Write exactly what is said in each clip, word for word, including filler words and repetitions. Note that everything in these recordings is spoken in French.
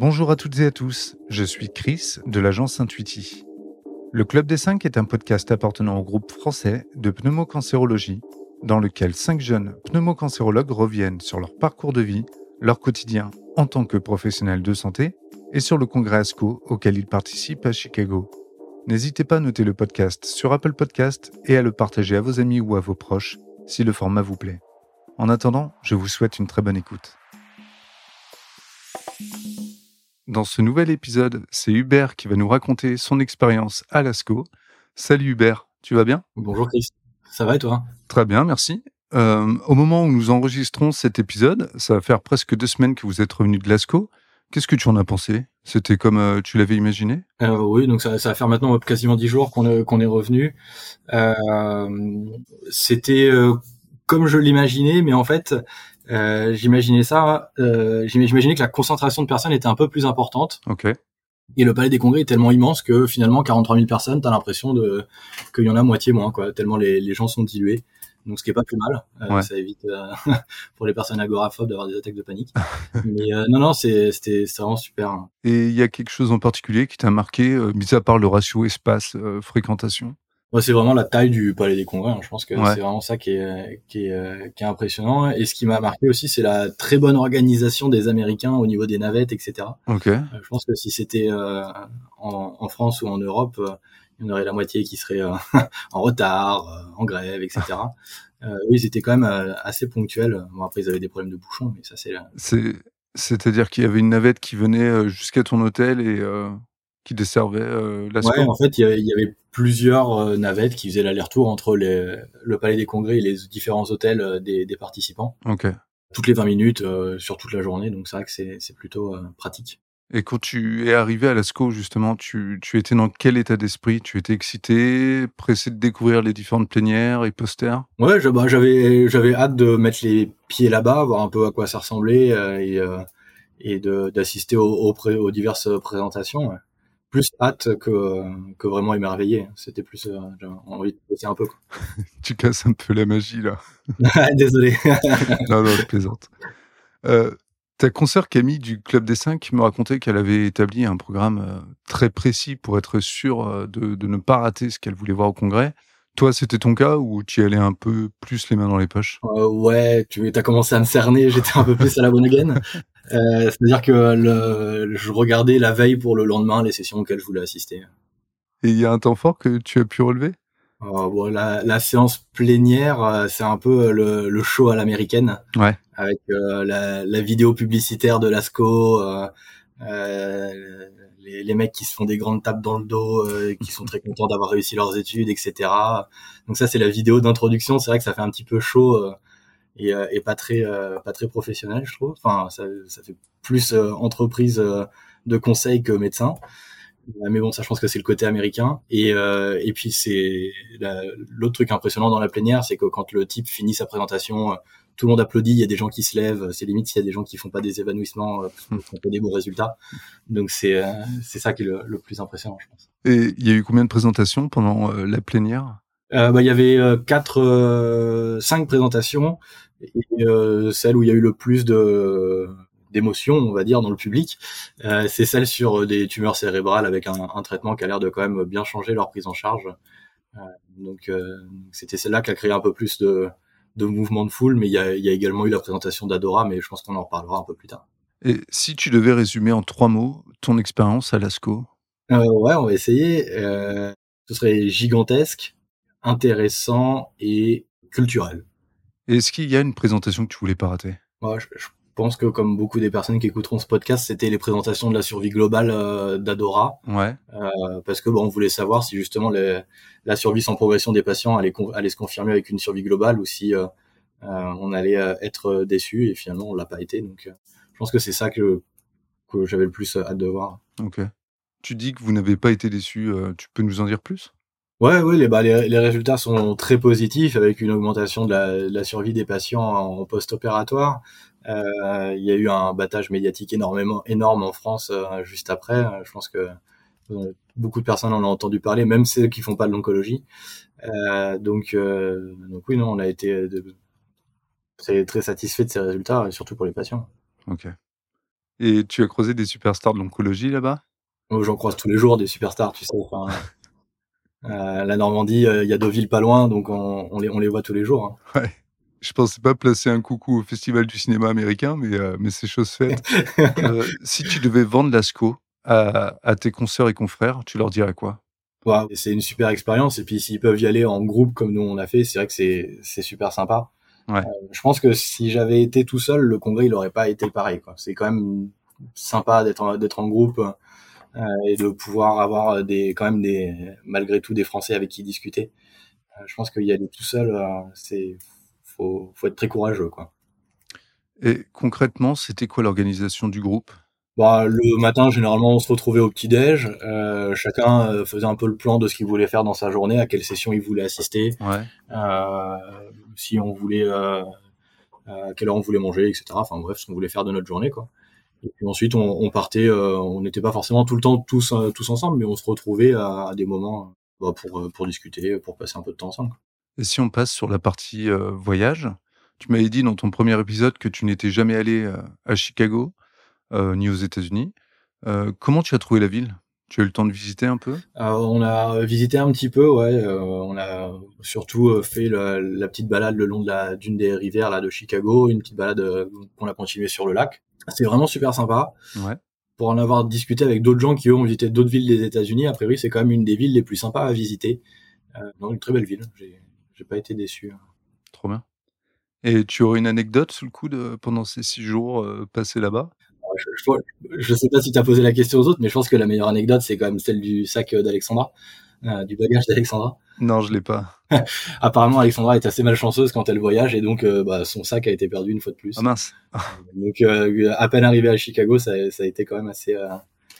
Bonjour à toutes et à tous, je suis Chris de l'agence Intuiti. Le Club des cinq est un podcast appartenant au groupe français de pneumocancérologie, dans lequel cinq jeunes pneumocancérologues reviennent sur leur parcours de vie, leur quotidien en tant que professionnels de santé et sur le congrès ASCO auquel ils participent à Chicago. N'hésitez pas à noter le podcast sur Apple Podcast et à le partager à vos amis ou à vos proches si le format vous plaît. En attendant, je vous souhaite une très bonne écoute. Dans ce nouvel épisode, c'est Hubert qui va nous raconter son expérience à l'ASCO. Salut Hubert, tu vas bien ? Bonjour Chris, ça va et toi ? Très bien, merci. Euh, au moment où nous enregistrons cet épisode, ça va faire presque deux semaines que vous êtes revenu de l'ASCO. Qu'est-ce que tu en as pensé ? C'était comme euh, tu l'avais imaginé ? euh, Oui, donc ça, ça va faire maintenant quasiment dix jours qu'on est, qu'on est revenu. Euh, c'était euh, comme je l'imaginais, mais en fait, euh, j'imaginais ça, euh, j'imaginais que la concentration de personnes était un peu plus importante. Ok. Et le palais des congrès est tellement immense que finalement, quarante-trois mille personnes, t'as l'impression de qu'il y en a moitié moins, quoi, tellement les, les gens sont dilués. Donc, ce qui est pas plus mal. Euh, Ouais. Ça évite euh, pour les personnes agoraphobes d'avoir des attaques de panique. Mais euh, non, non, c'est, c'était, c'est vraiment super. Et il y a quelque chose en particulier qui t'a marqué, euh, mis à part le ratio espace-fréquentation ? Ouais, c'est vraiment la taille du palais des congrès. Hein. Je pense que Ouais. c'est vraiment ça qui est, qui est, euh, qui est impressionnant. Et ce qui m'a marqué aussi, c'est la très bonne organisation des Américains au niveau des navettes, et cetera. Ok. Euh, je pense que si c'était euh, en, en France ou en Europe, euh, il y en aurait la moitié qui serait euh, en retard, euh, en grève, et cetera. Euh, oui, ils étaient quand même euh, assez ponctuels. Bon, après, ils avaient des problèmes de bouchons, mais ça, c'est... là. C'est... C'est-à-dire qu'il y avait une navette qui venait euh, jusqu'à ton hôtel et euh, qui desservait euh, l'ASCO ? Ouais, en fait, il y avait, il y avait plusieurs euh, navettes qui faisaient l'aller-retour entre les, le palais des congrès et les différents hôtels euh, des, des participants. Ok. Toutes les vingt minutes euh, sur toute la journée, donc c'est vrai que c'est, c'est plutôt euh, pratique. Et quand tu es arrivé à l'ASCO, justement, tu, tu étais dans quel état d'esprit ? Tu étais excité, pressé de découvrir les différentes plénières et posters ? Ouais, je, bah, j'avais j'avais hâte de mettre les pieds là-bas, voir un peu à quoi ça ressemblait euh, et euh, et de d'assister aux, aux, pré- aux diverses présentations. Ouais. Plus hâte que que vraiment émerveillé. C'était plus euh, j'avais envie de bosser un peu. Quoi. Tu casses un peu la magie, là. Désolé. Non, non, je plaisante. Euh, ta consoeur Camille du Club des cinq me racontait qu'elle avait établi un programme euh, très précis pour être sûre euh, de, de ne pas rater ce qu'elle voulait voir au congrès. Toi, c'était ton cas ou tu y allais un peu plus les mains dans les poches ? Euh, ouais, tu as commencé à me cerner, j'étais un peu plus à la bonne again. Euh, c'est-à-dire que le, je regardais la veille pour le lendemain les sessions auxquelles je voulais assister. Et il y a un temps fort que tu as pu relever ? Euh, bon, la, la séance plénière, euh, c'est un peu euh, le, le show à l'américaine, Ouais. avec euh, la, la vidéo publicitaire de l'ASCO, euh, euh, les, les mecs qui se font des grandes tapes dans le dos, euh, qui sont très contents d'avoir réussi leurs études, et cetera. Donc ça, c'est la vidéo d'introduction. C'est vrai que ça fait un petit peu chaud euh, et, euh, et pas très euh, pas très professionnel, je trouve. Enfin, ça, ça fait plus euh, entreprise euh, de conseil que médecin. Mais bon, ça, je pense que c'est le côté américain. Et, euh, et puis, c'est la, l'autre truc impressionnant dans la plénière, c'est que quand le type finit sa présentation, euh, tout le monde applaudit, il y a des gens qui se lèvent. C'est limite s'il y a des gens qui font pas des évanouissements euh, parce qu'on fait des bons résultats. Donc, c'est euh, c'est ça qui est le, le plus impressionnant, je pense. Et il y a eu combien de présentations pendant euh, la plénière ? Euh, bah, il y avait euh, quatre, euh, cinq présentations et euh, celle où il y a eu le plus de d'émotions, on va dire, dans le public, euh, c'est celle sur des tumeurs cérébrales avec un, un traitement qui a l'air de quand même bien changer leur prise en charge. Euh, donc euh, c'était celle-là qui a créé un peu plus de, de mouvement de foule, mais il y a, il y a également eu la présentation d'Adora, mais je pense qu'on en reparlera un peu plus tard. Et si tu devais résumer en trois mots ton expérience à l'ASCO ? Euh, ouais, on va essayer. Euh, ce serait gigantesque, intéressant et culturel. Et est-ce qu'il y a une présentation que tu voulais pas rater ? Ouais, je, je pense que comme beaucoup des personnes qui écouteront ce podcast, c'était les présentations de la survie globale euh, d'Adora, Ouais. euh, parce que bon, on voulait savoir si justement les, la survie sans progression des patients allait, allait se confirmer avec une survie globale ou si euh, euh, on allait euh, être déçu, et finalement on l'a pas été. Donc, euh, je pense que c'est ça que que j'avais le plus hâte de voir. Ok. Tu dis que vous n'avez pas été déçus. Euh, tu peux nous en dire plus ? Ouais, ouais, les, bah, les, les résultats sont très positifs avec une augmentation de la, de la survie des patients en post-opératoire. Euh, il y a eu un battage médiatique énormément énorme en France euh, juste après. Je pense que euh, beaucoup de personnes en ont entendu parler, même ceux qui font pas de l'oncologie. Euh, donc, euh, donc oui, non, on a été de, très, très satisfait de ces résultats, et surtout pour les patients. Ok. Et tu as croisé des superstars de l'oncologie là-bas? Oh, j'en croise tous les jours des superstars, tu sais. Enfin, euh, la Normandie, il euh, y a Deauville pas loin, donc on, on, les, on les voit tous les jours. Hein. Ouais. Je pensais pas placer un coucou au Festival du cinéma américain, mais, euh, mais c'est chose faite. euh, si tu devais vendre Lascaux à, à tes consoeurs et confrères, tu leur dirais quoi? Wow, c'est une super expérience. Et puis s'ils peuvent y aller en groupe comme nous on a fait, c'est vrai que c'est, c'est super sympa. Ouais. Euh, je pense que si j'avais été tout seul, le congrès il aurait pas été pareil, quoi. C'est quand même sympa d'être en, d'être en groupe euh, et de pouvoir avoir des quand même des malgré tout des Français avec qui discuter. Euh, je pense qu'il y aller tout seul, euh, c'est faut faut être très courageux, quoi. Et concrètement, c'était quoi l'organisation du groupe? Bah, le matin, généralement, on se retrouvait au petit-déj. Euh, chacun euh, faisait un peu le plan de ce qu'il voulait faire dans sa journée, à quelle session il voulait assister, Ouais. euh, si on voulait, euh, à quelle heure on voulait manger, et cetera. Enfin bref, ce qu'on voulait faire de notre journée, quoi. Et puis ensuite, on, on partait. Euh, on n'était pas forcément tout le temps tous euh, tous ensemble, mais on se retrouvait à, à des moments bah, pour pour discuter, pour passer un peu de temps ensemble. Et si on passe sur la partie euh, voyage, tu m'avais dit dans ton premier épisode que tu n'étais jamais allé euh, à Chicago, euh, ni aux États-Unis. Euh, comment tu as trouvé la ville? Tu as eu le temps de visiter un peu? Euh, on a visité un petit peu, ouais. Euh, on a surtout fait la, la petite balade le long de la d'une des rivières là de Chicago, une petite balade euh, qu'on a continuée sur le lac. C'est vraiment super sympa. Ouais. Pour en avoir discuté avec d'autres gens qui eux, ont visité d'autres villes des États-Unis, a priori c'est quand même une des villes les plus sympas à visiter. Euh, donc une très belle ville. J'ai, j'ai pas été déçu. Trop bien. Et tu aurais une anecdote sous le coude euh, pendant ces six jours euh, passés là-bas? Je, je, je sais pas si tu as posé la question aux autres, mais je pense que la meilleure anecdote c'est quand même celle du sac d'Alexandra, euh, du bagage d'Alexandra. Non, je l'ai pas. Apparemment, Alexandra est assez malchanceuse quand elle voyage et donc euh, bah, son sac a été perdu une fois de plus. Ah mince. Donc euh, à peine arrivé à Chicago, ça, ça a été quand même assez euh,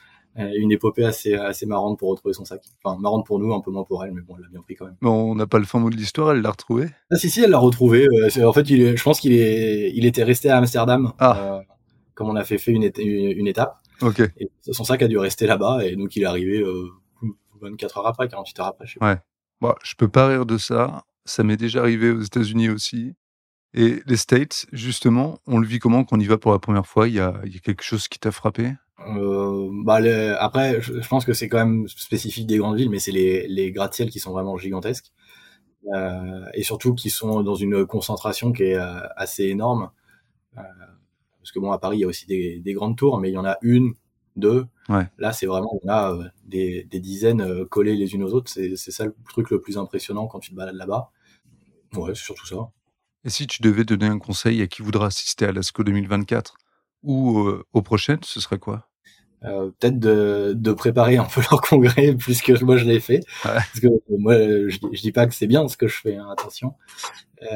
une épopée assez assez marrante pour retrouver son sac. Enfin marrante pour nous, un peu moins pour elle, mais bon, elle l'a bien pris quand même. Mais on n'a pas le fin mot de l'histoire, elle l'a retrouvé? Ah si si, elle l'a retrouvé. Euh, en fait, il est, je pense qu'il est il était resté à Amsterdam. Ah. Euh, comme on a fait fait une, éta- une étape. Ok. Et son sac a dû rester là-bas et donc il est arrivé euh, vingt-quatre heures après, quarante-huit heures après. Je sais pas. Ouais. Bon, je peux pas rire de ça. Ça m'est déjà arrivé aux États-Unis aussi. Et les States, justement, on le vit comment quand on y va pour la première fois? Il y a, il y a quelque chose qui t'a frappé? Euh, bah les, après, je, je pense que c'est quand même spécifique des grandes villes, mais c'est les, les gratte-ciels qui sont vraiment gigantesques euh, et surtout qui sont dans une concentration qui est euh, assez énorme. Euh, parce que bon, à Paris, il y a aussi des, des grandes tours, mais il y en a une, deux. Ouais. Là, c'est vraiment, il y en a euh, des, des dizaines euh, collées les unes aux autres. C'est, c'est ça le truc le plus impressionnant quand tu te balades là-bas. Ouais, c'est surtout ça. Et si tu devais donner un conseil à qui voudra assister à l'ASCO deux mille vingt-quatre ou euh, aux prochaines, ce serait quoi? Euh, peut-être de, de préparer un peu leur congrès plus que moi je l'ai fait. Ouais. Parce que moi, je, je dis pas que c'est bien ce que je fais, hein, attention. Euh,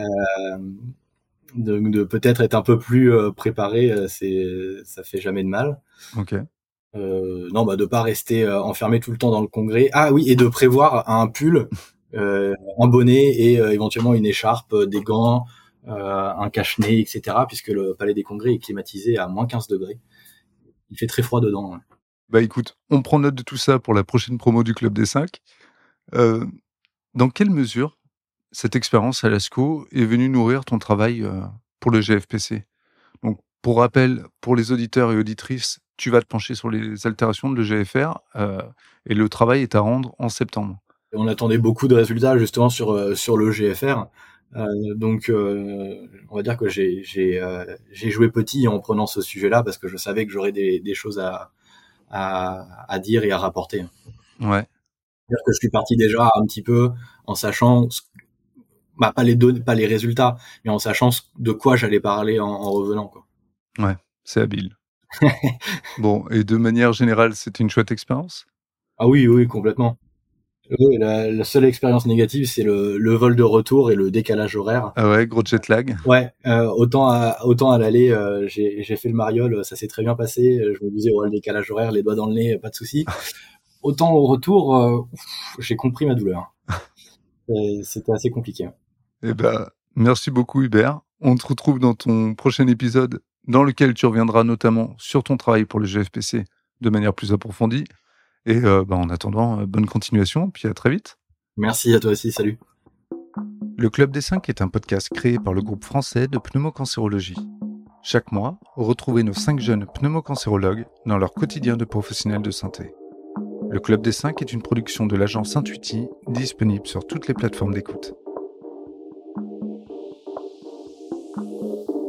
de, de peut-être être un peu plus euh, préparé, euh, c'est, ça fait jamais de mal. Ok. Euh, non, bah de pas rester euh, enfermé tout le temps dans le congrès. Ah oui, et de prévoir un pull, euh, un bonnet et euh, éventuellement une écharpe, euh, des gants, euh, un cache-nez, et cetera. Puisque le palais des congrès est climatisé à moins quinze degrés. Il fait très froid dedans. Ouais. Bah écoute, on prend note de tout ça pour la prochaine promo du Club des cinq. Euh, dans quelle mesure cette expérience à l'ASCO est venue nourrir ton travail euh, pour le G F P C? Donc, pour rappel, pour les auditeurs et auditrices, tu vas te pencher sur les altérations de l'E G F R euh, et le travail est à rendre en septembre. Et on attendait beaucoup de résultats justement sur euh, sur le G F R. Euh, donc, euh, on va dire que j'ai j'ai euh, j'ai joué petit en prenant ce sujet-là parce que je savais que j'aurais des des choses à à, à dire et à rapporter. Ouais. C'est-à-dire que je suis parti déjà un petit peu en sachant, bah, pas les données, pas les résultats, mais en sachant de quoi j'allais parler en, en revenant, quoi. Ouais, c'est habile. Bon, et de manière générale, c'était une chouette expérience? Ah oui, oui, complètement. Oui, la, la seule expérience négative, c'est le, le vol de retour et le décalage horaire. Ah ouais, gros jet lag? Ouais, euh, autant à, autant à l'aller, euh, j'ai, j'ai fait le mariole, ça s'est très bien passé. Je me disais, ouais, le décalage horaire, les doigts dans le nez, pas de souci. Autant au retour, euh, ouf, j'ai compris ma douleur. Et c'était assez compliqué. Eh ben, merci beaucoup Hubert. On te retrouve dans ton prochain épisode dans lequel tu reviendras notamment sur ton travail pour le G F P C de manière plus approfondie. Et euh, bah, en attendant, euh, bonne continuation, puis à très vite. Merci à toi aussi, salut. Le Club des cinq est un podcast créé par le groupe français de pneumocancérologie. Chaque mois, retrouvez nos cinq jeunes pneumocancérologues dans leur quotidien de professionnels de santé. Le Club des cinq est une production de l'agence Intuiti, disponible sur toutes les plateformes d'écoute.